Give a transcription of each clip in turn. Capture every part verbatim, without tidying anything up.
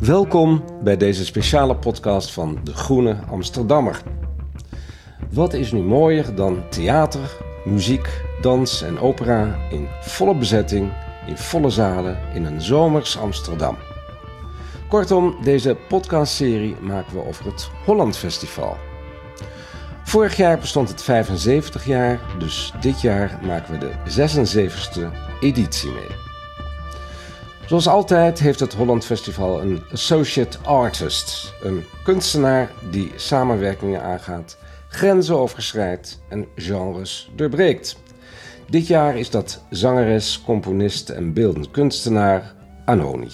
Welkom bij deze speciale podcast van De Groene Amsterdammer. Wat is nu mooier dan theater, muziek, dans en opera in volle bezetting, in volle zalen, in een zomers Amsterdam. Kortom, deze podcastserie maken we over het Holland Festival. Vorig jaar bestond het vijfenzeventig jaar, dus dit jaar maken we de zesenzeventigste editie mee. Zoals altijd heeft het Holland Festival een associate artist, een kunstenaar die samenwerkingen aangaat, grenzen overschrijdt en genres doorbreekt. Dit jaar is dat zangeres, componist en beeldend kunstenaar Anoni.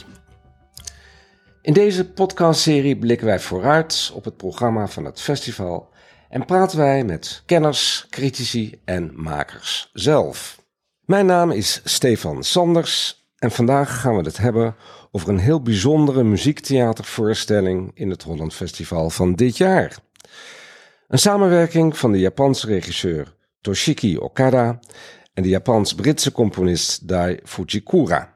In deze podcastserie blikken wij vooruit op het programma van het festival en praten wij met kenners, critici en makers zelf. Mijn naam is Stefan Sanders en vandaag gaan we het hebben over een heel bijzondere muziektheatervoorstelling in het Holland Festival van dit jaar. Een samenwerking van de Japanse regisseur Toshiki Okada en de Japans-Britse componist Dai Fujikura.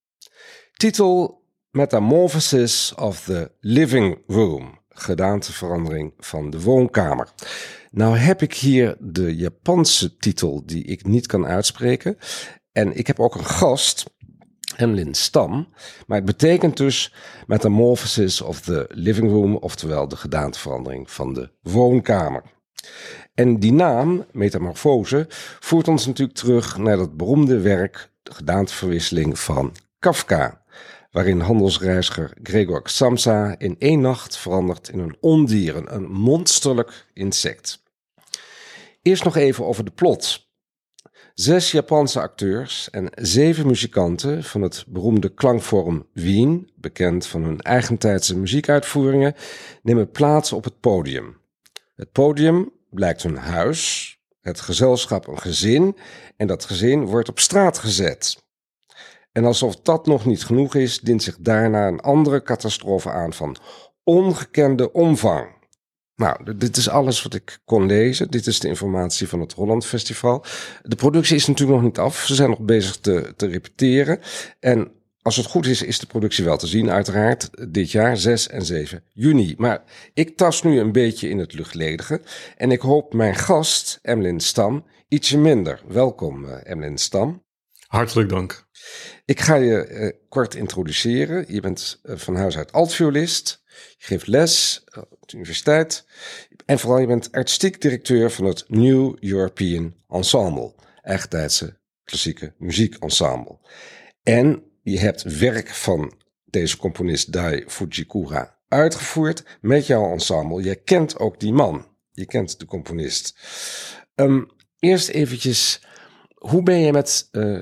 Titel Metamorphosis of the Living Room, gedaanteverandering van de woonkamer. Nou heb ik hier de Japanse titel die ik niet kan uitspreken en ik heb ook een gast, Emlyn Stam, maar het betekent dus Metamorphosis of the Living Room, oftewel de gedaanteverandering van de woonkamer. En die naam, metamorfose, voert ons natuurlijk terug naar dat beroemde werk, de gedaanteverwisseling van Kafka, waarin handelsreiziger Gregor Samsa in één nacht verandert in een ondier, een monsterlijk insect. Eerst nog even over de plot. Zes Japanse acteurs en zeven muzikanten van het beroemde klankvorm Wien, bekend van hun eigentijdse muziekuitvoeringen, nemen plaats op het podium. Het podium blijkt hun huis, het gezelschap een gezin en dat gezin wordt op straat gezet. En alsof dat nog niet genoeg is, dient zich daarna een andere catastrofe aan van ongekende omvang. Nou, dit is alles wat ik kon lezen. Dit is de informatie van het Holland Festival. De productie is natuurlijk nog niet af. Ze zijn nog bezig te, te repeteren. En als het goed is, is de productie wel te zien, uiteraard, dit jaar, zes en zeven juni. Maar ik tast nu een beetje in het luchtledige. En ik hoop mijn gast, Emlyn Stam, ietsje minder. Welkom, uh, Emlyn Stam. Hartelijk dank. Ik ga je uh, kort introduceren. Je bent uh, van huis uit altviolist. Je geeft les uh, op de universiteit. En vooral je bent artistiek directeur van het New European Ensemble. Eigentijdse klassieke muziekensemble. En je hebt werk van deze componist Dai Fujikura uitgevoerd met jouw ensemble. Je kent ook die man. Je kent de componist. Um, eerst eventjes, hoe ben je met uh,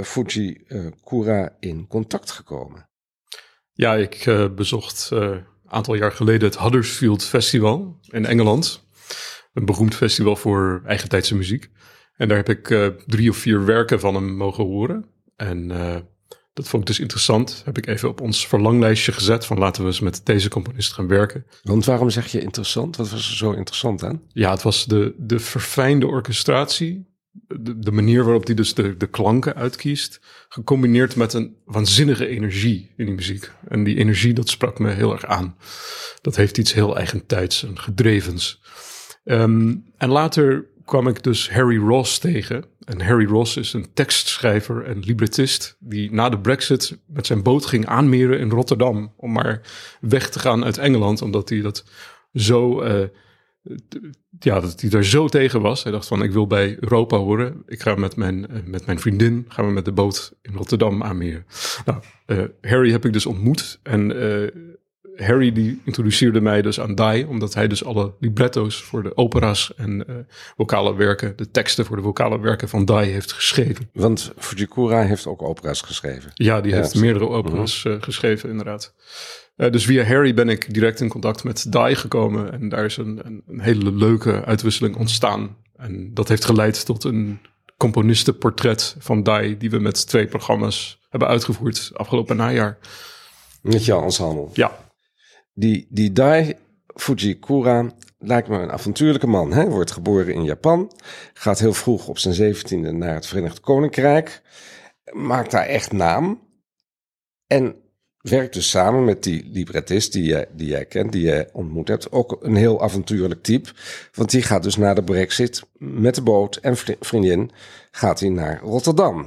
Fujikura in contact gekomen? Ja, ik uh, bezocht een uh, aantal jaar geleden het Huddersfield Festival in Engeland. Een beroemd festival voor eigentijdse muziek. En daar heb ik uh, drie of vier werken van hem mogen horen. En uh, dat vond ik dus interessant. Heb ik even op ons verlanglijstje gezet van laten we eens met deze componist gaan werken. Want waarom zeg je interessant? Wat was er zo interessant aan? Ja, het was de, de verfijnde orchestratie. De, de manier waarop hij dus de, de klanken uitkiest, gecombineerd met een waanzinnige energie in die muziek. En die energie, dat sprak me heel erg aan. Dat heeft iets heel eigentijds en gedrevens. Um, en later kwam ik dus Harry Ross tegen. En Harry Ross is een tekstschrijver en librettist die na de Brexit met zijn boot ging aanmeren in Rotterdam om maar weg te gaan uit Engeland, omdat hij dat zo... Uh, Ja, dat hij daar zo tegen was. Hij dacht van, ik wil bij Europa horen. Ik ga met mijn, met mijn vriendin, gaan we met de boot in Rotterdam aanmeren. Nou, uh, Harry heb ik dus ontmoet. En uh, Harry die introduceerde mij dus aan Dai, omdat hij dus alle libretto's voor de opera's en uh, vocale werken, de teksten voor de vocale werken van Dai heeft geschreven. Want Fujikura heeft ook opera's geschreven. Ja, die ja, heeft meerdere opera's uh, geschreven, inderdaad. Uh, dus via Harry ben ik direct in contact met Dai gekomen. En daar is een, een, een hele leuke uitwisseling ontstaan. En dat heeft geleid tot een componistenportret van Dai, die we met twee programma's hebben uitgevoerd afgelopen najaar. Met jouw ensemble? Ja. Die, die Dai Fujikura lijkt me een avontuurlijke man. Hij wordt geboren in Japan, gaat heel vroeg op zijn zeventiende naar het Verenigd Koninkrijk, maakt daar echt naam. En werkt dus samen met die librettist die jij, die jij kent, die jij ontmoet hebt. Ook een heel avontuurlijk type. Want die gaat dus na de Brexit met de boot en vriendin gaat hij naar Rotterdam.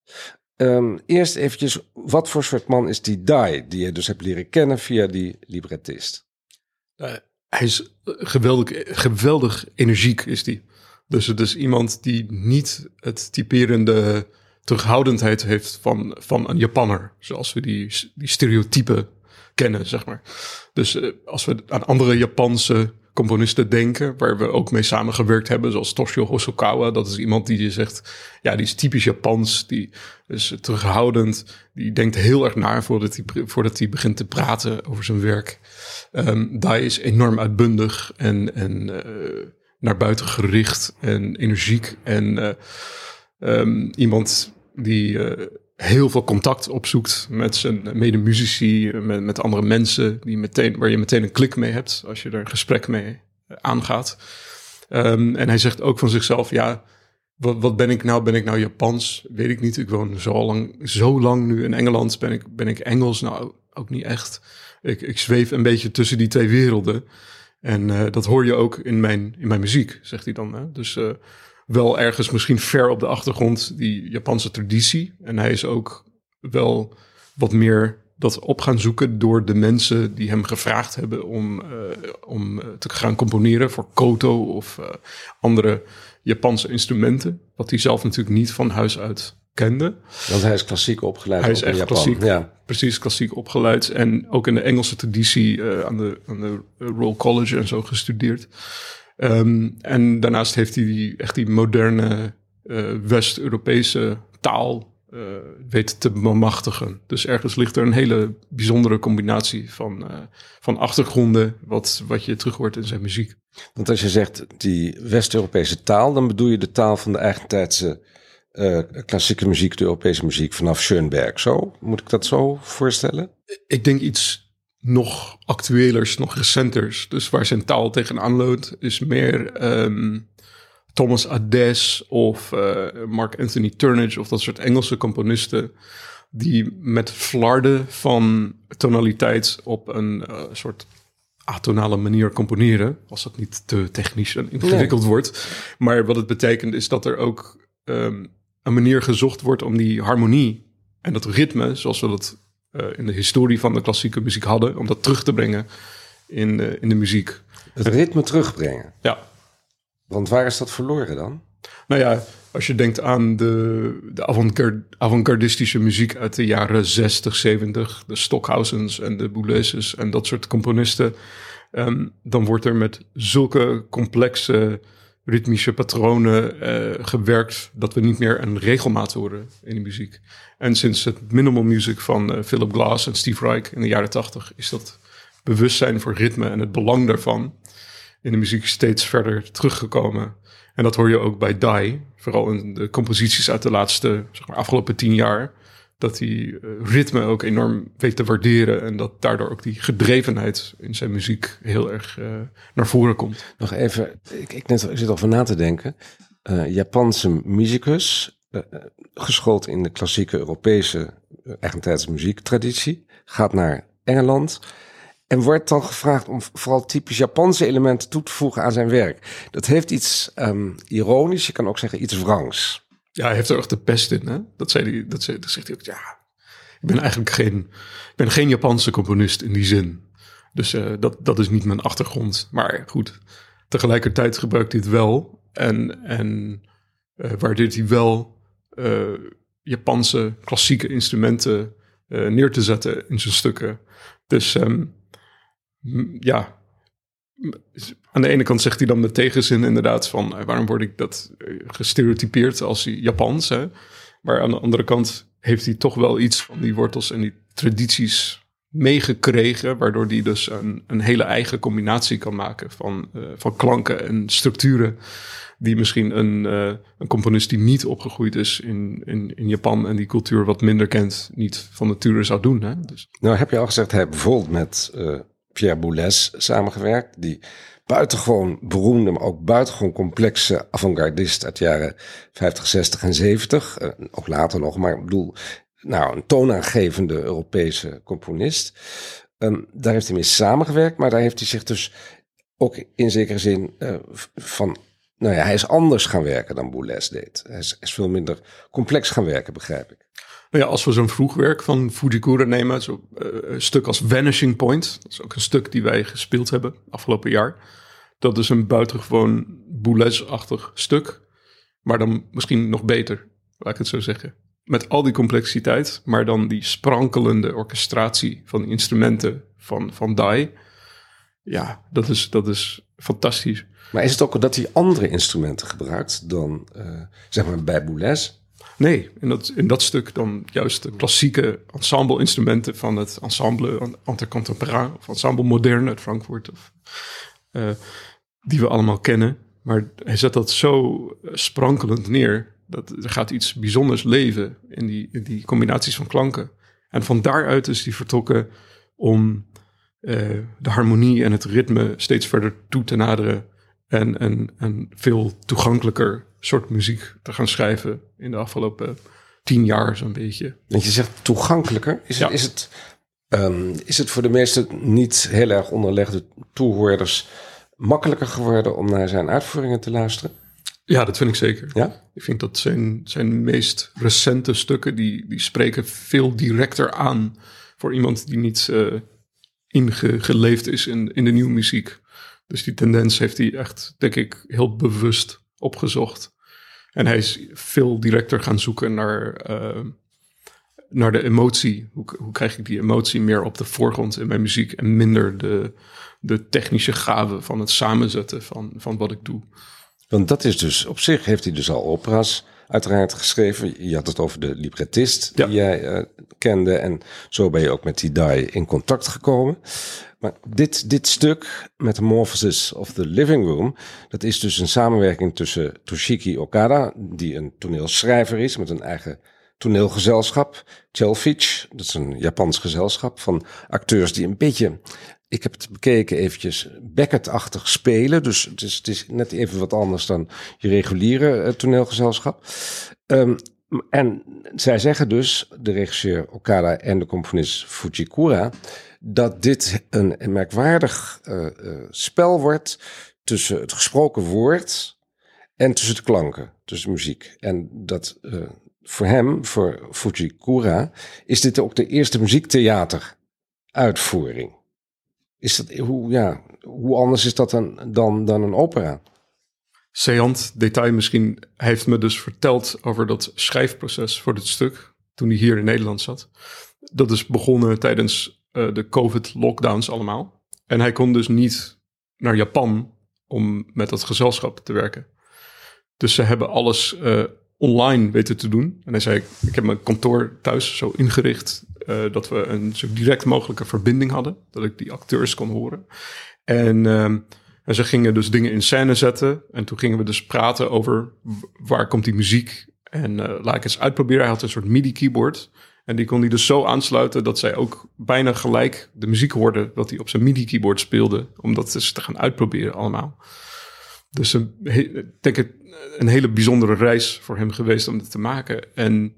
Um, eerst eventjes, wat voor soort man is die Dai, die je dus hebt leren kennen via die librettist? Uh, hij is geweldig, geweldig energiek is die. Dus het is iemand die niet het typerende terughoudendheid heeft van, van een Japanner. Zoals we die, die stereotypen kennen, zeg maar. Dus uh, als we aan andere Japanse componisten denken, waar we ook mee samengewerkt hebben, zoals Toshio Hosokawa, dat is iemand die je zegt, ja, die is typisch Japans, die is terughoudend, die denkt heel erg na voordat hij, voordat hij begint te praten over zijn werk. Um, Dai is enorm uitbundig en, en uh, naar buiten gericht en energiek en uh, um, iemand die uh, heel veel contact opzoekt met zijn medemuzici, met, met andere mensen die meteen, waar je meteen een klik mee hebt als je er een gesprek mee aangaat. Um, en hij zegt ook van zichzelf, ja, wat, wat ben ik nou? Ben ik nou Japans? Weet ik niet. Ik woon zo lang, zo lang nu in Engeland. Ben ik, ben ik Engels? Nou, ook niet echt. Ik, ik zweef een beetje tussen die twee werelden. En uh, dat hoor je ook in mijn, in mijn muziek, zegt hij dan. Hè? Dus uh, wel ergens misschien ver op de achtergrond die Japanse traditie. En hij is ook wel wat meer dat op gaan zoeken door de mensen die hem gevraagd hebben om, uh, om te gaan componeren voor koto of uh, andere Japanse instrumenten. Wat hij zelf natuurlijk niet van huis uit kende. Want hij is klassiek opgeleid. Hij is echt in Japan. klassiek, ja. precies klassiek opgeleid. En ook in de Engelse traditie uh, aan, de, aan de Royal College en zo gestudeerd. Um, en daarnaast heeft hij die, echt die moderne uh, West-Europese taal uh, weten te bemachtigen. Dus ergens ligt er een hele bijzondere combinatie van, uh, van achtergronden, wat, wat je terug hoort in zijn muziek. Want als je zegt die West-Europese taal, dan bedoel je de taal van de eigentijdse uh, klassieke muziek, de Europese muziek vanaf Schoenberg. Zo? Moet ik dat zo voorstellen? Ik denk iets nog actuelers, nog recenters. Dus waar zijn taal tegenaan loopt, is meer um, Thomas Adès of uh, Mark Anthony Turnage of dat soort Engelse componisten die met flarden van tonaliteit op een uh, soort atonale manier componeren, als dat niet te technisch en ingewikkeld nee. wordt. Maar wat het betekent is dat er ook um, een manier gezocht wordt om die harmonie en dat ritme, zoals we dat uh, in de historie van de klassieke muziek hadden, om dat terug te brengen in de, in de muziek. Het ritme terugbrengen? Ja. Want waar is dat verloren dan? Nou ja, als je denkt aan de, de avant-garde, avant-gardistische muziek uit de jaren zestig, zeventig, de Stockhausens en de Boulezes en dat soort componisten, um, dan wordt er met zulke complexe ritmische patronen uh, gewerkt dat we niet meer een regelmaat horen in de muziek. En sinds het minimal music van uh, Philip Glass en Steve Reich in de jaren tachtig is dat bewustzijn voor ritme en het belang daarvan in de muziek steeds verder teruggekomen. En dat hoor je ook bij Dai, vooral in de composities uit de laatste, zeg maar, afgelopen tien jaar, dat hij uh, ritme ook enorm weet te waarderen en dat daardoor ook die gedrevenheid in zijn muziek heel erg uh, naar voren komt. Nog even, ik, ik, net, ik zit over na te denken. Uh, Japanse musicus, uh, geschoold in de klassieke Europese uh, eigentijdse muziektraditie, gaat naar Engeland en wordt dan gevraagd om vooral typisch Japanse elementen toe te voegen aan zijn werk. Dat heeft iets um, ironisch, je kan ook zeggen iets wrangs. Ja, hij heeft er echt de pest in, hè? Dat, zei hij, dat, zei, dat zegt hij ook, ja, ik ben eigenlijk geen, ik ben geen Japanse componist in die zin. Dus uh, dat, dat is niet mijn achtergrond. Maar goed, tegelijkertijd gebruikt hij het wel. En, en uh, waardeert hij wel uh, Japanse klassieke instrumenten uh, neer te zetten in zijn stukken. Dus um, ja, aan de ene kant zegt hij dan met tegenzin inderdaad van uh, waarom word ik dat uh, gestereotypeerd als Japans, hè? Maar aan de andere kant heeft hij toch wel iets van die wortels en die tradities meegekregen, waardoor hij dus een, een hele eigen combinatie kan maken van, uh, van klanken en structuren die misschien een, uh, een componist die niet opgegroeid is in, in, in Japan en die cultuur wat minder kent, niet van nature zou doen, hè? Dus. Nou heb je al gezegd, hij heeft bijvoorbeeld met uh, Pierre Boulez samengewerkt, die buitengewoon beroemde, maar ook buitengewoon complexe avant-gardist uit de jaren vijftig, zestig en zeventig. Uh, ook later nog, maar ik bedoel, nou, een toonaangevende Europese componist. Um, daar heeft hij mee samengewerkt, maar daar heeft hij zich dus ook in zekere zin uh, van... Nou ja, hij is anders gaan werken dan Boulez deed. Hij is, is veel minder complex gaan werken, begrijp ik. Nou ja, als we zo'n vroegwerk van Fujikura nemen, zo, uh, een stuk als Vanishing Point, dat is ook een stuk die wij gespeeld hebben afgelopen jaar. Dat is een buitengewoon Boulez-achtig stuk, maar dan misschien nog beter, laat ik het zo zeggen. Met al die complexiteit, maar dan die sprankelende orchestratie van de instrumenten van, van Dai. Ja, dat is, dat is fantastisch. Maar is het ook dat hij andere instrumenten gebruikt dan, uh, zeg maar, bij Boulez? Nee, in dat, in dat stuk dan juist de klassieke ensemble-instrumenten van het ensemble intercontemporain of ensemble moderne uit Frankfurt, of, uh, die we allemaal kennen. Maar hij zet dat zo sprankelend neer, dat er gaat iets bijzonders leven in die, in die combinaties van klanken. En van daaruit is hij vertrokken om uh, de harmonie en het ritme steeds verder toe te naderen en een, een veel toegankelijker soort muziek te gaan schrijven in de afgelopen tien jaar zo'n beetje. Want je zegt toegankelijker. Is, ja. het, is, het, um, is het voor de meeste niet heel erg onderlegde toehoorders makkelijker geworden om naar zijn uitvoeringen te luisteren? Ja, dat vind ik zeker. Ja? Ik vind dat zijn, zijn meest recente stukken, die, die spreken veel directer aan voor iemand die niet uh, ingeleefd is in, in de nieuwe muziek. Dus die tendens heeft hij echt, denk ik, heel bewust opgezocht. En hij is veel directer gaan zoeken naar, uh, naar de emotie. Hoe, hoe krijg ik die emotie meer op de voorgrond in mijn muziek en minder de, de technische gave van het samenzetten van, van wat ik doe. Want dat is dus, op zich heeft hij dus al opera's uiteraard geschreven. Je had het over de librettist die ja. jij uh, kende. En zo ben je ook met die Dai in contact gekomen. Maar dit, dit stuk, Metamorphosis of the Living Room, dat is dus een samenwerking tussen Toshiki Okada, die een toneelschrijver is met een eigen toneelgezelschap, Chelfich, dat is een Japans gezelschap van acteurs die een beetje, ik heb het bekeken eventjes, Beckett-achtig spelen. Dus het is, het is net even wat anders dan je reguliere uh, toneelgezelschap. Um, en zij zeggen dus, de regisseur Okada en de componist Fujikura, dat dit een, een merkwaardig uh, uh, spel wordt tussen het gesproken woord en tussen de klanken, tussen muziek. En dat uh, voor hem, voor Fujikura, is dit ook de eerste muziektheater-uitvoering. Is dat, hoe, ja, hoe anders is dat dan, dan, dan een opera? Saillant detail misschien, hij heeft me dus verteld over dat schrijfproces voor dit stuk, toen hij hier in Nederland zat. Dat is begonnen tijdens uh, de COVID-lockdowns allemaal. En hij kon dus niet naar Japan om met dat gezelschap te werken. Dus ze hebben alles uh, online weten te doen. En hij zei, ik heb mijn kantoor thuis zo ingericht uh, dat we een zo direct mogelijke verbinding hadden. Dat ik die acteurs kon horen. En, uh, en ze gingen dus dingen in scène zetten. En toen gingen we dus praten over waar komt die muziek. En uh, laat ik eens uitproberen. Hij had een soort midi-keyboard. En die kon hij dus zo aansluiten dat zij ook bijna gelijk de muziek hoorden dat hij op zijn midi-keyboard speelde. Om dat dus te gaan uitproberen allemaal. Dus een, ik denk het een hele bijzondere reis voor hem geweest om dit te maken. En,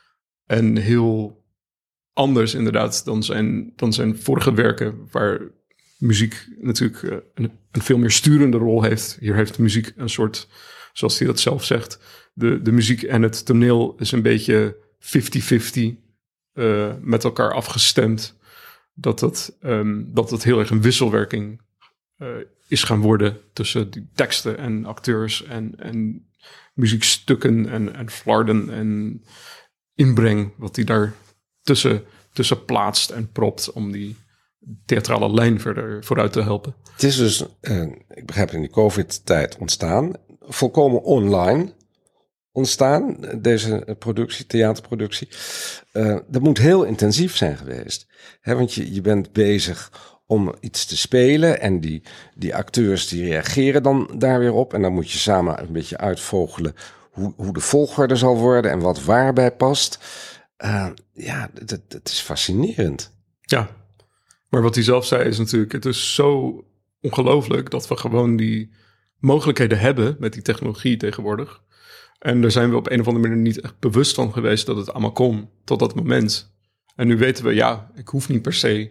en heel anders inderdaad dan zijn, dan zijn vorige werken, waar muziek natuurlijk een, een veel meer sturende rol heeft. Hier heeft de muziek een soort, zoals hij dat zelf zegt, de, de muziek en het toneel is een beetje fifty-fifty uh, met elkaar afgestemd. Dat dat, um, dat dat heel erg een wisselwerking uh, is gaan worden tussen die teksten en acteurs en, en muziekstukken en, en flarden en inbreng, wat hij daar tussen, tussen plaatst en propt om die theatrale lijn verder vooruit te helpen. Het is dus, uh, ik begrijp in die COVID-tijd ontstaan, volkomen online ontstaan, deze productie, theaterproductie. Uh, dat moet heel intensief zijn geweest. Hè, want je, je bent bezig om iets te spelen en die, die acteurs die reageren dan daar weer op. En dan moet je samen een beetje uitvogelen hoe, hoe de volgorde zal worden en wat waarbij past. Uh, ja, dat, dat is fascinerend. Ja, maar wat hij zelf zei is natuurlijk, het is zo ongelooflijk dat we gewoon die mogelijkheden hebben met die technologie tegenwoordig. En daar zijn we op een of andere manier niet echt bewust van geweest dat het allemaal kon tot dat moment. En nu weten we, ja, ik hoef niet per se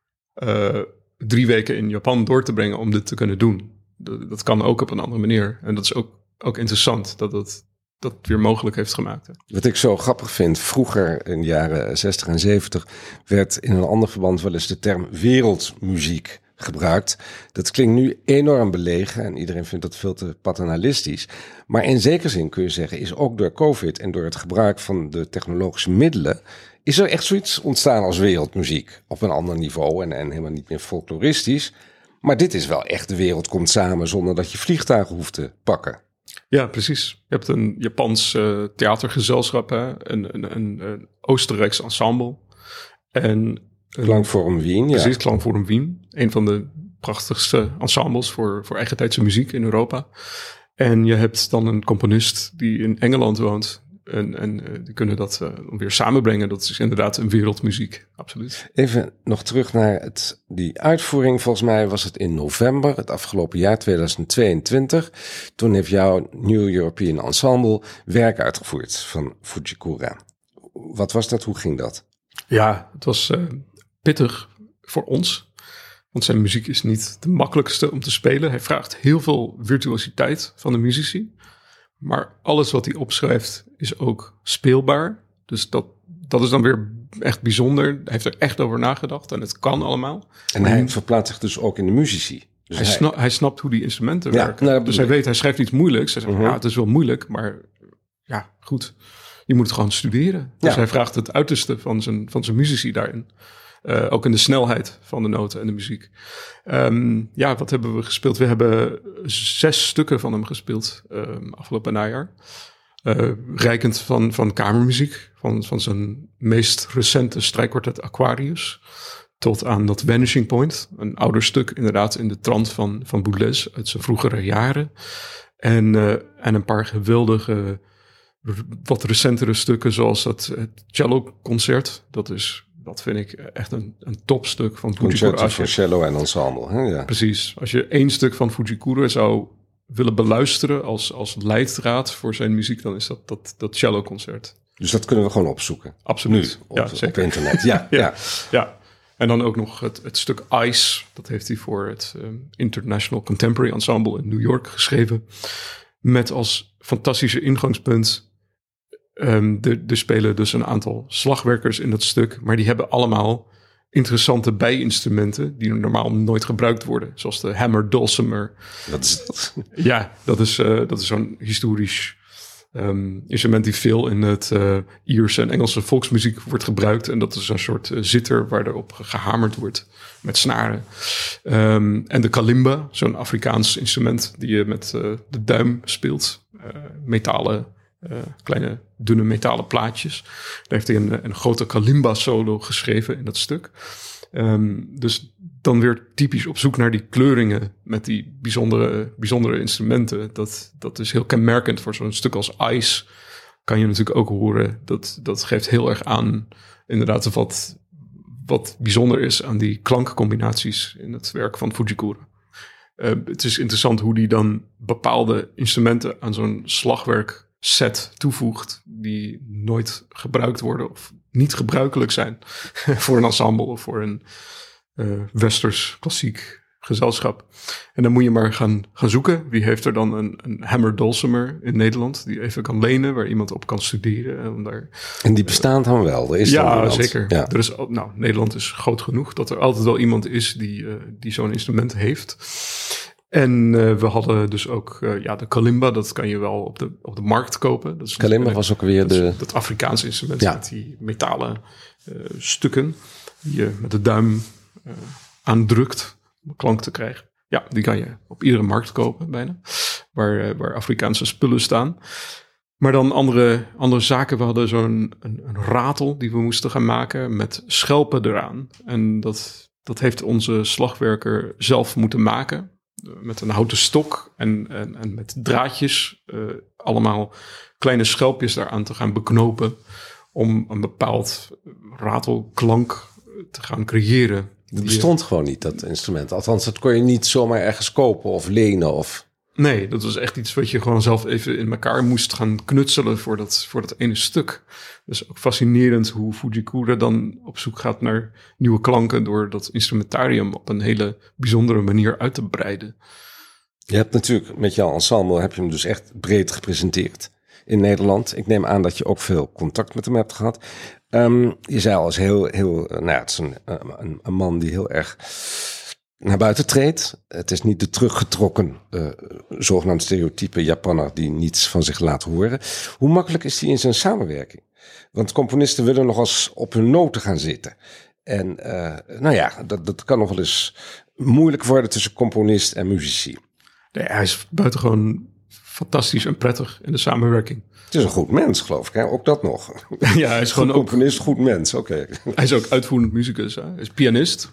uh, drie weken in Japan door te brengen om dit te kunnen doen. Dat, dat kan ook op een andere manier. En dat is ook, ook interessant dat het dat weer mogelijk heeft gemaakt. Hè. Wat ik zo grappig vind, vroeger in de jaren zestig en zeventig werd in een ander verband wel eens de term wereldmuziek gebruikt. Dat klinkt nu enorm belegen en iedereen vindt dat veel te paternalistisch. Maar in zekere zin kun je zeggen, is ook door COVID en door het gebruik van de technologische middelen, is er echt zoiets ontstaan als wereldmuziek op een ander niveau en, en helemaal niet meer folkloristisch. Maar dit is wel echt, de wereld komt samen zonder dat je vliegtuigen hoeft te pakken. Ja, precies. Je hebt een Japans uh, theatergezelschap, hè? Een, een, een, een Oostenrijks ensemble. En Klankforum Wien, ja. Precies, Klankforum Wien. Een van de prachtigste ensembles voor, voor eigentijdse muziek in Europa. En je hebt dan een componist die in Engeland woont. En, en uh, die kunnen dat uh, weer samenbrengen. Dat is inderdaad een wereldmuziek, absoluut. Even nog terug naar het, die uitvoering. Volgens mij was het in november, het afgelopen jaar tweeduizend tweeëntwintig. Toen heeft jouw New European Ensemble werk uitgevoerd van Fujikura. Wat was dat? Hoe ging dat? Ja, het was uh, pittig voor ons. Want zijn muziek is niet de makkelijkste om te spelen. Hij vraagt heel veel virtuositeit van de muzici. Maar alles wat hij opschrijft is ook speelbaar. Dus dat, dat is dan weer echt bijzonder. Hij heeft er echt over nagedacht en het kan allemaal. En hij verplaatst zich dus ook in de muzici. Dus hij, hij... Snap, hij snapt hoe die instrumenten ja, werken. nou, dus hij weet, hij schrijft iets moeilijks. Hij zegt, uh-huh. ja, het is wel moeilijk, maar ja, goed. Je moet het gewoon studeren. Dus ja. hij vraagt het uiterste van zijn, van zijn muzici daarin. Uh, ook in de snelheid van de noten en de muziek. Um, ja, wat hebben we gespeeld? We hebben zes stukken van hem gespeeld um, afgelopen najaar. Uh, rijkend van, van kamermuziek. Van, van zijn meest recente strijkkwartet Aquarius. Tot aan dat Vanishing Point. Een ouder stuk inderdaad in de trant van, van Boulez uit zijn vroegere jaren. En, uh, en een paar geweldige, wat recentere stukken zoals dat het cello-concert. Dat is... Dat vind ik echt een, een topstuk van Fujikura. Concerto voor cello en ensemble. Hè? Ja. Precies. Als je één stuk van Fujikura zou willen beluisteren als, als leidraad voor zijn muziek, dan is dat dat, dat cello-concert. Dus dat kunnen we gewoon opzoeken? Absoluut. Nu, op, ja, zeker. op internet. Ja, ja. ja. ja. En dan ook nog het, het stuk Ice. Dat heeft hij voor het um, International Contemporary Ensemble in New York geschreven. Met als fantastische ingangspunt... Um, er, er spelen dus een aantal slagwerkers in dat stuk, maar die hebben allemaal interessante bijinstrumenten die normaal nooit gebruikt worden, zoals de hammer dulcimer. Wat is dat? Ja, dat is, uh, dat is zo'n historisch um, instrument die veel in het uh, Ierse en Engelse volksmuziek wordt gebruikt. En dat is een soort uh, zitter waar erop gehamerd wordt met snaren. Um, en de kalimba, zo'n Afrikaans instrument die je met uh, de duim speelt, uh, metalen. Uh, kleine dunne metalen plaatjes. Daar heeft hij een, een grote kalimba solo geschreven in dat stuk. Um, dus dan weer typisch op zoek naar die kleuringen met die bijzondere, bijzondere instrumenten. Dat, dat is heel kenmerkend voor zo'n stuk als Ice. Kan je natuurlijk ook horen. Dat, dat geeft heel erg aan inderdaad wat, wat bijzonder is aan die klankcombinaties in het werk van Fujikura. Uh, het is interessant hoe die dan bepaalde instrumenten aan zo'n slagwerk set toevoegt die nooit gebruikt worden of niet gebruikelijk zijn voor een ensemble of voor een uh, westers klassiek gezelschap. En dan moet je maar gaan, gaan zoeken. Wie heeft er dan een, een hammer dulcimer in Nederland die even kan lenen, waar iemand op kan studeren. En, daar, en die bestaan dan wel? Er is ja, dan zeker. Ja. Er is, nou, Nederland is groot genoeg dat er altijd wel iemand is die, uh, die zo'n instrument heeft. En uh, we hadden dus ook uh, ja, de kalimba, dat kan je wel op de, op de markt kopen. Dat is kalimba was ook weer dat de... Dat Afrikaanse instrument ja. met die metalen uh, stukken die je met de duim uh, aandrukt om klank te krijgen. Ja, die kan je op iedere markt kopen bijna, waar, uh, waar Afrikaanse spullen staan. Maar dan andere, andere zaken. We hadden zo'n een, een ratel die we moesten gaan maken met schelpen eraan. En dat, dat heeft onze slagwerker zelf moeten maken. Met een houten stok en, en, en met draadjes. Uh, allemaal kleine schelpjes daaraan te gaan beknopen. Om een bepaald ratelklank te gaan creëren. Dat bestond gewoon niet, dat instrument. Althans, dat kon je niet zomaar ergens kopen of lenen of... Nee, dat was echt iets wat je gewoon zelf even in elkaar moest gaan knutselen voor dat, voor dat ene stuk. Dus ook fascinerend hoe Fujikura dan op zoek gaat naar nieuwe klanken door dat instrumentarium op een hele bijzondere manier uit te breiden. Je hebt natuurlijk met jouw ensemble heb je hem dus echt breed gepresenteerd in Nederland. Ik neem aan dat je ook veel contact met hem hebt gehad. Um, je zei al eens heel, heel, nou ja, het is een, een, een man die heel erg naar buiten treedt. Het is niet de teruggetrokken, uh, zogenaamde stereotype Japanner die niets van zich laat horen. Hoe makkelijk is hij in zijn samenwerking? Want componisten willen nog eens op hun noten gaan zitten. En uh, nou ja, dat, dat kan nog wel eens moeilijk worden tussen componist en muzici. Nee, hij is buitengewoon fantastisch en prettig in de samenwerking. Het is een goed mens, geloof ik. Hè? Ook dat nog. Ja, hij is gewoon goed componist, ook, goed mens. Oké. Okay. Hij is ook uitvoerend muzikus. Hè? Hij is pianist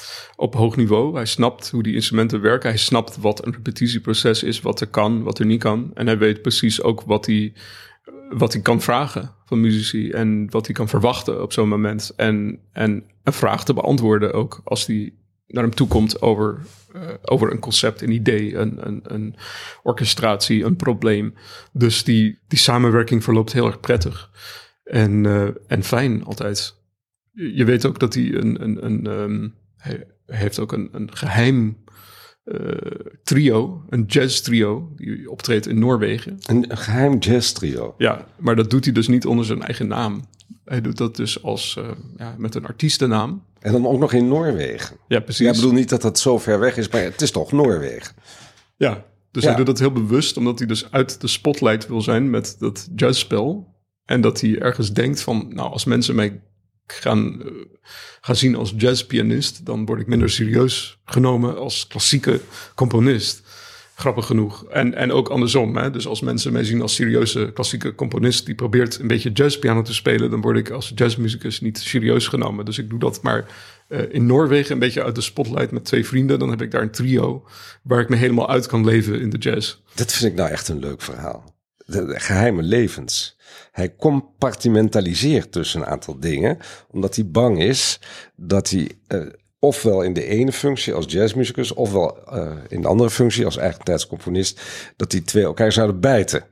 op hoog niveau. Hij snapt hoe die instrumenten werken. Hij snapt wat een repetitieproces is, wat er kan, wat er niet kan. En hij weet precies ook wat hij, wat hij kan vragen van muzici en wat hij kan verwachten op zo'n moment. En, en een vraag te beantwoorden ook als die naar hem toe komt over, uh, over een concept, een idee, een, een, een orchestratie, een probleem. Dus die, die samenwerking verloopt heel erg prettig en, uh, en fijn altijd. Je weet ook dat hij een... een, een um, hij heeft ook een, een geheim uh, trio, een jazz trio, die optreedt in Noorwegen. Een, een geheim jazz trio? Ja, maar dat doet hij dus niet onder zijn eigen naam. Hij doet dat dus als, uh, ja, met een artiestennaam. En dan ook nog in Noorwegen. Ja, precies. Ja, ik bedoel niet dat dat zo ver weg is, maar het is toch Noorwegen. Ja, dus ja. hij doet dat heel bewust, omdat hij dus uit de spotlight wil zijn met dat jazzspel. En dat hij ergens denkt van, nou, als mensen mij gaan, uh, gaan zien als jazzpianist, dan word ik minder serieus genomen als klassieke componist. Grappig genoeg. En, en ook andersom. Hè? Dus als mensen mij zien als serieuze klassieke componist die probeert een beetje jazzpiano te spelen, dan word ik als jazzmuzikus niet serieus genomen. Dus ik doe dat maar uh, in Noorwegen een beetje uit de spotlight met twee vrienden. Dan heb ik daar een trio waar ik me helemaal uit kan leven in de jazz. Dat vind ik nou echt een leuk verhaal. De, de geheime levens. Hij compartimentaliseert tussen een aantal dingen, omdat hij bang is dat hij uh, ofwel in de ene functie als jazzmuzikus, ofwel uh, in de andere functie als eigentijdcomponist, dat die twee elkaar zouden bijten.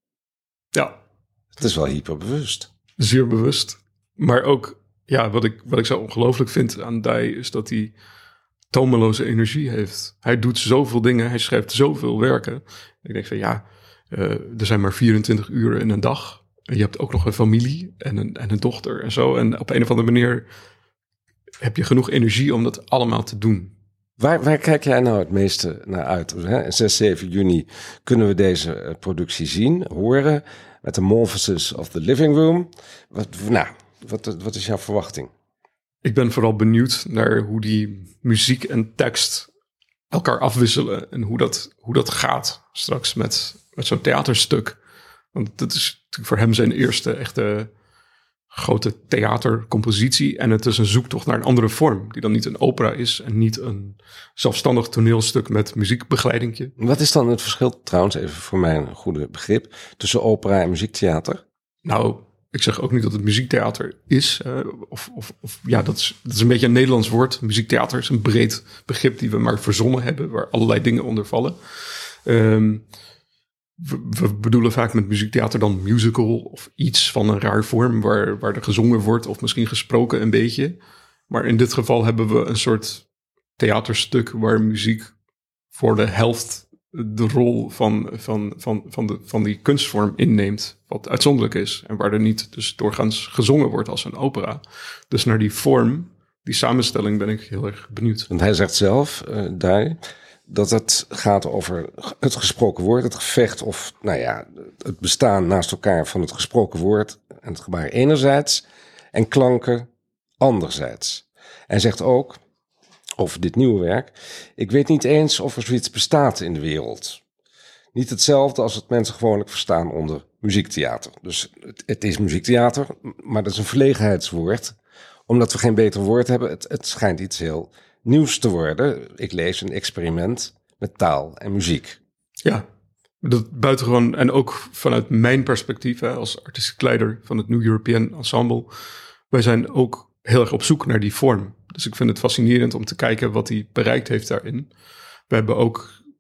Ja. Het is wel hyperbewust. Zeer bewust. Maar ook, ja, wat ik, wat ik zo ongelooflijk vind aan Dai is dat hij tomeloze energie heeft. Hij doet zoveel dingen, hij schrijft zoveel werken. Ik denk van ja, uh, er zijn maar vierentwintig uur in een dag. En je hebt ook nog een familie en een, en een dochter en zo. En op een of andere manier heb je genoeg energie om dat allemaal te doen. Waar, waar kijk jij nou het meeste naar uit? Hè? zes, zeven juni kunnen we deze productie zien, horen, met de Morphosis of the Living Room. Wat, nou, wat, wat is jouw verwachting? Ik ben vooral benieuwd naar hoe die muziek en tekst elkaar afwisselen. En hoe dat, hoe dat gaat straks met, met zo'n theaterstuk. Want dat is natuurlijk voor hem zijn eerste echte grote theatercompositie. En het is een zoektocht naar een andere vorm. Die dan niet een opera is en niet een zelfstandig toneelstuk met muziekbegeleidingje. Wat is dan het verschil, trouwens, even voor mijn goede begrip, tussen opera en muziektheater? Nou, ik zeg ook niet dat het muziektheater is. Uh, of, of, of ja, dat is, dat is een beetje een Nederlands woord. Muziektheater is een breed begrip die we maar verzonnen hebben, waar allerlei dingen onder vallen. Um, we, we bedoelen vaak met muziektheater dan musical of iets van een raar vorm waar, waar er gezongen wordt of misschien gesproken een beetje. Maar in dit geval hebben we een soort theaterstuk waar muziek voor de helft de rol van, van, van, van, de, van die kunstvorm inneemt, wat uitzonderlijk is. En waar er niet dus doorgaans gezongen wordt als een opera. Dus naar die vorm, die samenstelling ben ik heel erg benieuwd. Want hij zegt zelf, uh, daar, dat het gaat over het gesproken woord, het gevecht of, nou ja, het bestaan naast elkaar van het gesproken woord en het gebaar enerzijds en klanken anderzijds. En zegt ook over dit nieuwe werk: ik weet niet eens of er zoiets bestaat in de wereld. Niet hetzelfde als het mensen gewoonlijk verstaan onder muziektheater. Dus het, het is muziektheater, maar dat is een verlegenheidswoord. Omdat we geen beter woord hebben, het, het schijnt iets heel nieuws te worden. Ik lees een experiment met taal en muziek. Ja, dat buitengewoon, en ook vanuit mijn perspectief hè, als artistiek leider van het New European Ensemble. Wij zijn ook heel erg op zoek naar die vorm. Dus ik vind het fascinerend om te kijken wat hij bereikt heeft daarin. We hebben ook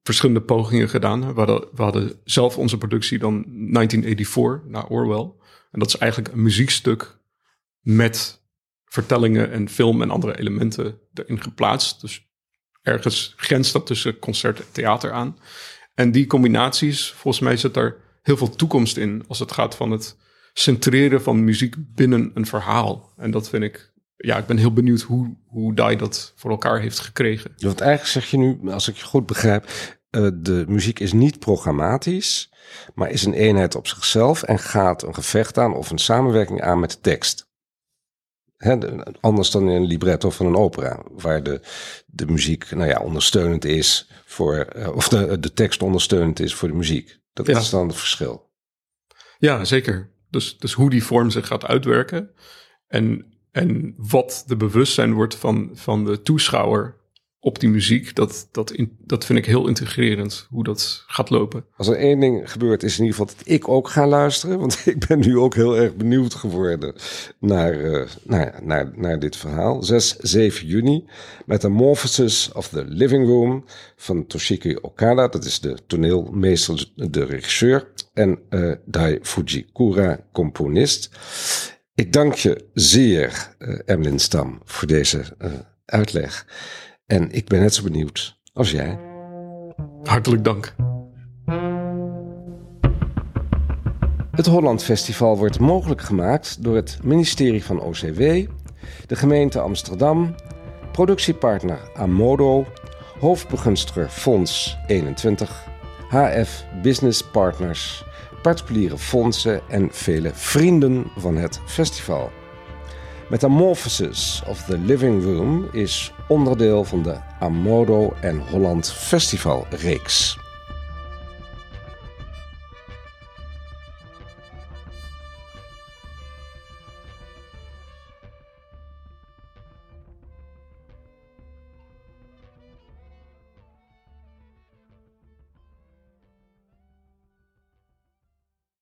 verschillende pogingen gedaan. We hadden, we hadden zelf onze productie dan negentien vierennegentig naar Orwell. En dat is eigenlijk een muziekstuk met vertellingen en film en andere elementen erin geplaatst. Dus ergens grenst dat tussen concert en theater aan. En die combinaties, volgens mij zit daar heel veel toekomst in als het gaat van het centreren van muziek binnen een verhaal. En dat vind ik, ja, ik ben heel benieuwd hoe, hoe Dai dat voor elkaar heeft gekregen. Want eigenlijk zeg je nu, als ik je goed begrijp, uh, de muziek is niet programmatisch, maar is een eenheid op zichzelf en gaat een gevecht aan of een samenwerking aan met de tekst. Hè, de, anders dan in een libretto van een opera, waar de, de muziek nou ja, ondersteunend is voor, uh, of de, de tekst ondersteunend is voor de muziek. Dat ja. is dan het verschil. Ja, zeker. Dus, dus hoe die vorm zich gaat uitwerken en, en wat de bewustzijn wordt van, van de toeschouwer op die muziek, dat, dat, in, dat vind ik heel integrerend, hoe dat gaat lopen. Als er één ding gebeurt, is in ieder geval dat ik ook ga luisteren, want ik ben nu ook heel erg benieuwd geworden naar, uh, naar, naar, naar dit verhaal. zes, zeven juni, Metamorphosis of the Living Room van Toshiki Okada, dat is de toneelmeester, de regisseur, en uh, Dai Fujikura, componist. Ik dank je zeer, uh, Emlyn Stam, voor deze uh, uitleg. En ik ben net zo benieuwd als jij. Hartelijk dank. Het Holland Festival wordt mogelijk gemaakt door het ministerie van O C W, de gemeente Amsterdam, productiepartner Amodo, hoofdbegunstiger Fonds eenentwintig, H F Business Partners, particuliere fondsen en vele vrienden van het festival. Metamorphosis of the Living Room is onderdeel van de Amodo en Holland Festival reeks.